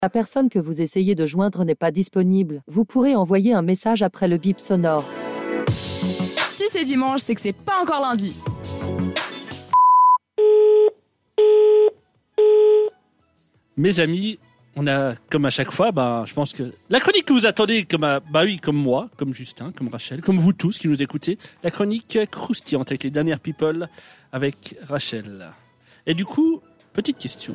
La personne que vous essayez de joindre n'est pas disponible. Vous pourrez envoyer un message après le bip sonore. Si c'est dimanche, c'est que c'est pas encore lundi. Mes amis, on a, comme à chaque fois, je pense que la chronique que vous attendez, comme moi, comme Justin, comme Rachel, comme vous tous qui nous écoutez, la chronique croustillante avec les dernières people avec Rachel. Et du coup, petite question.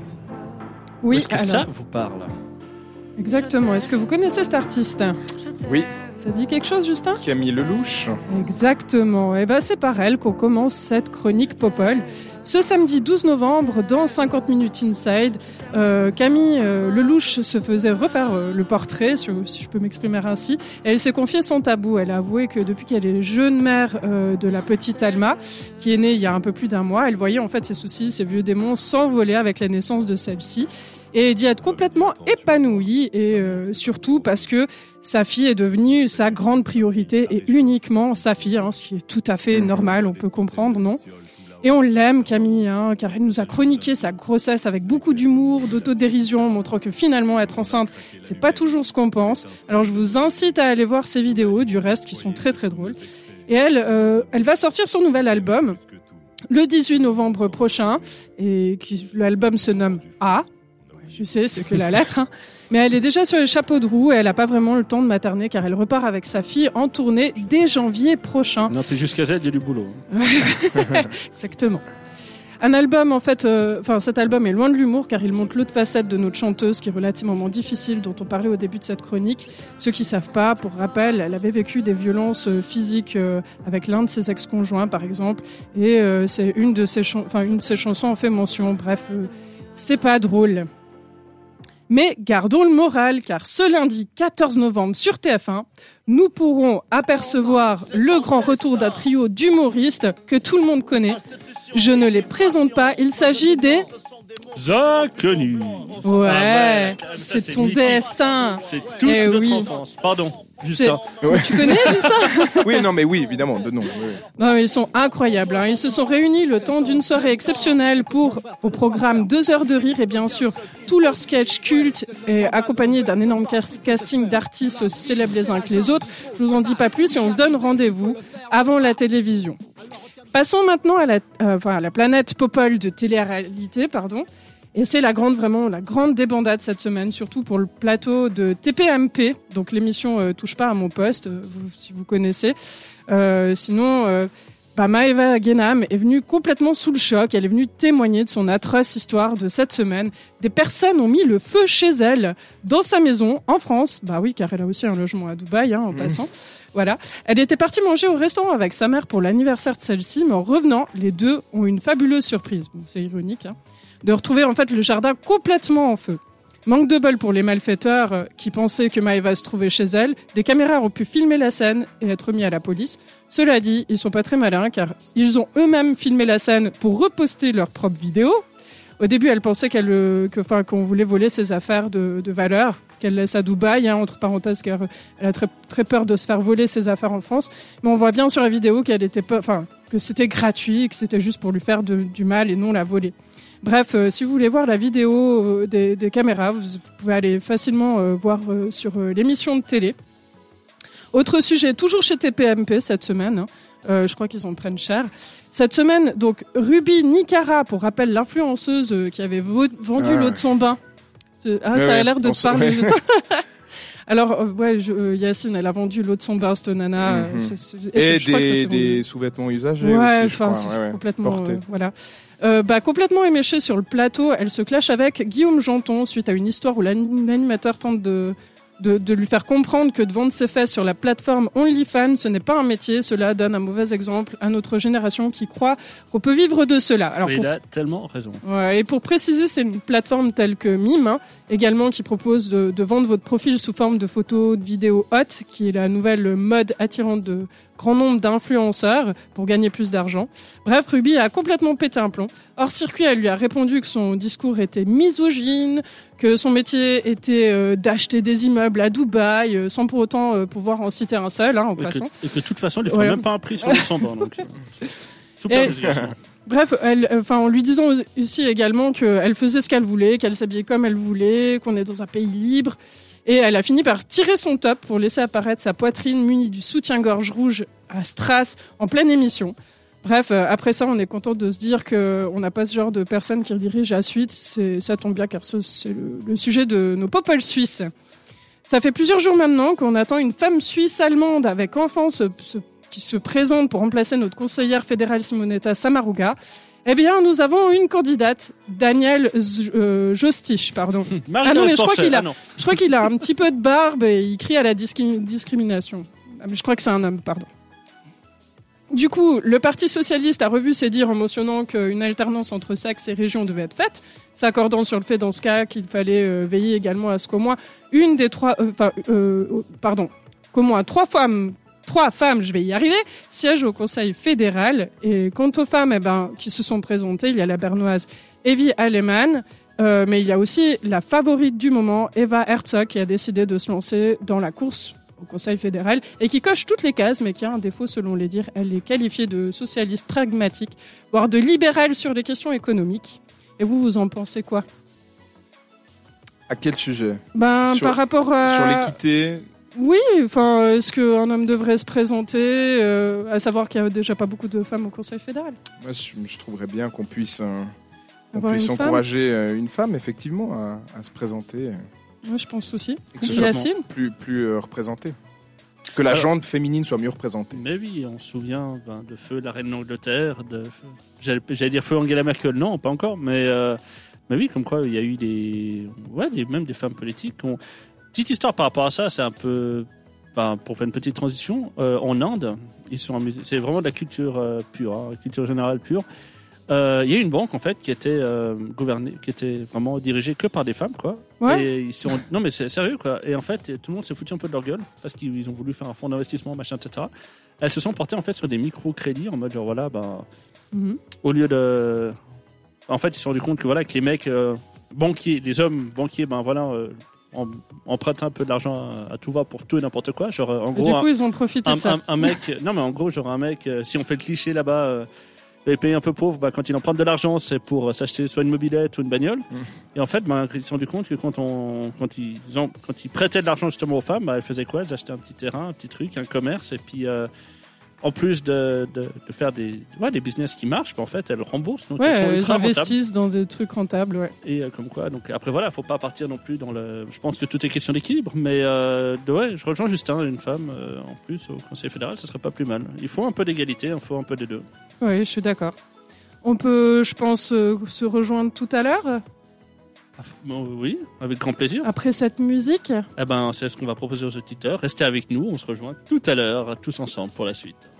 Oui, est-ce que ça vous parle ? Exactement. Est-ce que vous connaissez cet artiste ? Oui. Ça dit quelque chose, Justin ? Camille Lelouch. Exactement. Et c'est par elle qu'on commence cette chronique Popol. Ce samedi 12 novembre, dans 50 minutes Inside, Camille Lelouch se faisait refaire le portrait, si je peux m'exprimer ainsi. Et elle s'est confiée son tabou. Elle a avoué que depuis qu'elle est jeune mère de la petite Alma, qui est née il y a un peu plus d'un mois, elle voyait en fait ses soucis, ses vieux démons s'envoler avec la naissance de celle-ci. Et d'y être complètement épanouie, et surtout parce que sa fille est devenue sa grande priorité, et uniquement sa fille, ce qui est tout à fait normal, on peut comprendre, non ? Et on l'aime, Camille, car elle nous a chroniqué sa grossesse avec beaucoup d'humour, d'autodérision, montrant que finalement être enceinte, c'est pas toujours ce qu'on pense. Alors je vous incite à aller voir ses vidéos, du reste, qui sont très très drôles. Et elle va sortir son nouvel album le 18 novembre prochain, et l'album se nomme A. Je sais, c'est que la lettre, mais elle est déjà sur les chapeaux de roue et elle n'a pas vraiment le temps de materner car elle repart avec sa fille en tournée dès janvier prochain. Non, puis jusqu'à Z, il y a du boulot. Exactement. Un album, en fait, cet album est loin de l'humour car il montre l'autre facette de notre chanteuse qui relate ces moments difficiles dont on parlait au début de cette chronique. Ceux qui savent pas, pour rappel, elle avait vécu des violences physiques avec l'un de ses ex-conjoints, par exemple, et c'est une de ses chansons en fait mention. Bref, c'est pas drôle. Mais gardons le moral, car ce lundi 14 novembre sur TF1, nous pourrons apercevoir le grand retour d'un trio d'humoristes que tout le monde connaît. Je ne les présente pas, il s'agit des... Inconnus. Ouais, c'est ton destin. C'est toute notre enfance. Pardon, Justin. Ouais. Tu connais, Justin ? Oui, évidemment, de nom. Oui. Non, mais ils sont incroyables. Ils se sont réunis le temps d'une soirée exceptionnelle au programme 2 heures de rire et bien sûr tous leurs sketchs cultes et accompagnés d'un énorme casting d'artistes aussi célèbres les uns que les autres. Je vous en dis pas plus et on se donne rendez-vous avant la télévision. Passons maintenant à la planète Popol de télé-réalité, Et c'est la grande débandade cette semaine, surtout pour le plateau de TPMP, donc l'émission Touche pas à mon poste, si vous connaissez. Sinon, Maëva Guénam est venue complètement sous le choc. Elle est venue témoigner de son atroce histoire de cette semaine. Des personnes ont mis le feu chez elle, dans sa maison, en France. Bah oui, car elle a aussi un logement à Dubaï, en passant. Voilà. Elle était partie manger au restaurant avec sa mère pour l'anniversaire de celle-ci, mais en revenant, les deux ont eu une fabuleuse surprise. Bon, c'est ironique, de retrouver en fait le jardin complètement en feu. Manque de bol pour les malfaiteurs qui pensaient que Maëva se trouvait chez elle. Des caméras ont pu filmer la scène et être mis à la police. Cela dit, ils sont pas très malins car ils ont eux-mêmes filmé la scène pour reposter leurs propres vidéos. Au début, elle pensait qu'on voulait voler ses affaires de valeur, qu'elle laisse à Dubaï, entre parenthèses, car elle a très, très peur de se faire voler ses affaires en France. Mais on voit bien sur la vidéo que c'était gratuit, que c'était juste pour lui faire du mal et non la voler. Bref, si vous voulez voir la vidéo des caméras, vous pouvez aller facilement voir sur l'émission de télé. Autre sujet, toujours chez TPMP cette semaine, je crois qu'ils en prennent cher. Cette semaine, donc, Ruby Nicara, pour rappel, l'influenceuse qui avait vendu l'eau de son bain. Ça a l'air de te parler. Alors, Yacine, elle a vendu l'eau de son bain, cette nana. Et des sous-vêtements usagés aussi, je crois. C'est complètement... voilà. Complètement éméchée sur le plateau, elle se clash avec Guillaume Janton suite à une histoire où l'animateur tente de lui faire comprendre que de vendre ses fesses sur la plateforme OnlyFans, ce n'est pas un métier. Cela donne un mauvais exemple à notre génération qui croit qu'on peut vivre de cela. Alors, il a tellement raison. Ouais, et pour préciser, c'est une plateforme telle que Mime, également qui propose de vendre votre profil sous forme de photos, de vidéos hot, qui est la nouvelle mode attirante de grand nombre d'influenceurs pour gagner plus d'argent. Bref, Ruby a complètement pété un plomb. Hors circuit, elle lui a répondu que son discours était misogyne, que son métier était d'acheter des immeubles à Dubaï, sans pour autant pouvoir en citer un seul, en passant. Et que de toute façon, elle ne fera même pas un prix sur Luxembourg. Donc, Bref, en lui disant aussi également qu'elle faisait ce qu'elle voulait, qu'elle s'habillait comme elle voulait, qu'on est dans un pays libre. Et elle a fini par tirer son top pour laisser apparaître sa poitrine munie du soutien-gorge rouge à strass en pleine émission. Bref, après ça, on est content de se dire qu'on n'a pas ce genre de personne qui redirige la suite. Ça tombe bien car c'est le sujet de nos people suisses. Ça fait plusieurs jours maintenant qu'on attend une femme suisse-allemande avec enfants qui se présente pour remplacer notre conseillère fédérale Simonetta Samaruga. Eh bien, nous avons une candidate, Daniel Jostich, pardon. Non, mais je crois qu'il a un petit peu de barbe et il crie à la discrimination. Ah, mais je crois que c'est un homme, pardon. Du coup, le Parti socialiste a revu ses dires en mentionnant qu'une alternance entre sexes et régions devait être faite, s'accordant sur le fait dans ce cas qu'il fallait veiller également à ce qu'au moins qu'au moins trois femmes, je vais y arriver, siègent au Conseil fédéral. Et quant aux femmes qui se sont présentées, il y a la bernoise Evie Allemann, mais il y a aussi la favorite du moment, Eva Herzog, qui a décidé de se lancer dans la course au Conseil fédéral et qui coche toutes les cases, mais qui a un défaut selon les dires. Elle est qualifiée de socialiste pragmatique, voire de libérale sur les questions économiques. Et vous en pensez quoi ? À quel sujet ? Par rapport à... Sur l'équité. Oui, est-ce qu'un homme devrait se présenter, à savoir qu'il n'y a déjà pas beaucoup de femmes au Conseil fédéral ? Moi, je trouverais bien qu'on puisse encourager une femme, effectivement, à se présenter. Moi, je pense aussi. Et que ce soit plus représenté. Que la gente féminine soit mieux représentée. Mais oui, on se souvient de feu la reine d'Angleterre, j'allais dire feu Angela Merkel, non, pas encore, mais oui, comme quoi il y a eu même des femmes politiques. Petite histoire par rapport à ça, c'est un peu, pour faire une petite transition, en Inde, c'est vraiment de la culture pure, culture générale pure. Il y a une banque en fait qui était qui était vraiment dirigée que par des femmes, quoi. Ouais. Et non mais c'est sérieux, quoi. Et en fait tout le monde s'est foutu un peu de leur gueule parce qu'ils ont voulu faire un fonds d'investissement, machin, etc. Elles se sont portées en fait sur des micro-crédits en mode genre voilà, au lieu de, en fait ils se sont rendu compte que voilà, que les mecs banquiers, les hommes banquiers, empruntent un peu de l'argent à tout va pour tout et n'importe quoi. Genre en gros, et du coup ils ont profité de ça. Un mec, non mais en gros genre un mec, si on fait le cliché là-bas. Les pays un peu pauvres, quand ils empruntent de l'argent, c'est pour s'acheter soit une mobilette ou une bagnole. Et en fait, ils se sont rendu compte que quand ils prêtaient de l'argent justement aux femmes, elles faisaient quoi ? Elles achetaient un petit terrain, un petit truc, un commerce, et puis en plus de faire des business qui marchent, en fait, elles remboursent. Donc elles investissent dans des trucs rentables, ouais. Et comme quoi, donc après voilà, faut pas partir non plus dans le. Je pense que tout est question d'équilibre, mais je rejoins Justin, une femme en plus au Conseil fédéral, ça serait pas plus mal. Il faut un peu d'égalité, il faut un peu des deux. Oui, je suis d'accord. On peut, je pense, se rejoindre tout à l'heure. Oui, avec grand plaisir. Après cette musique. C'est ce qu'on va proposer aux auditeurs. Restez avec nous, on se rejoint tout à l'heure, tous ensemble pour la suite.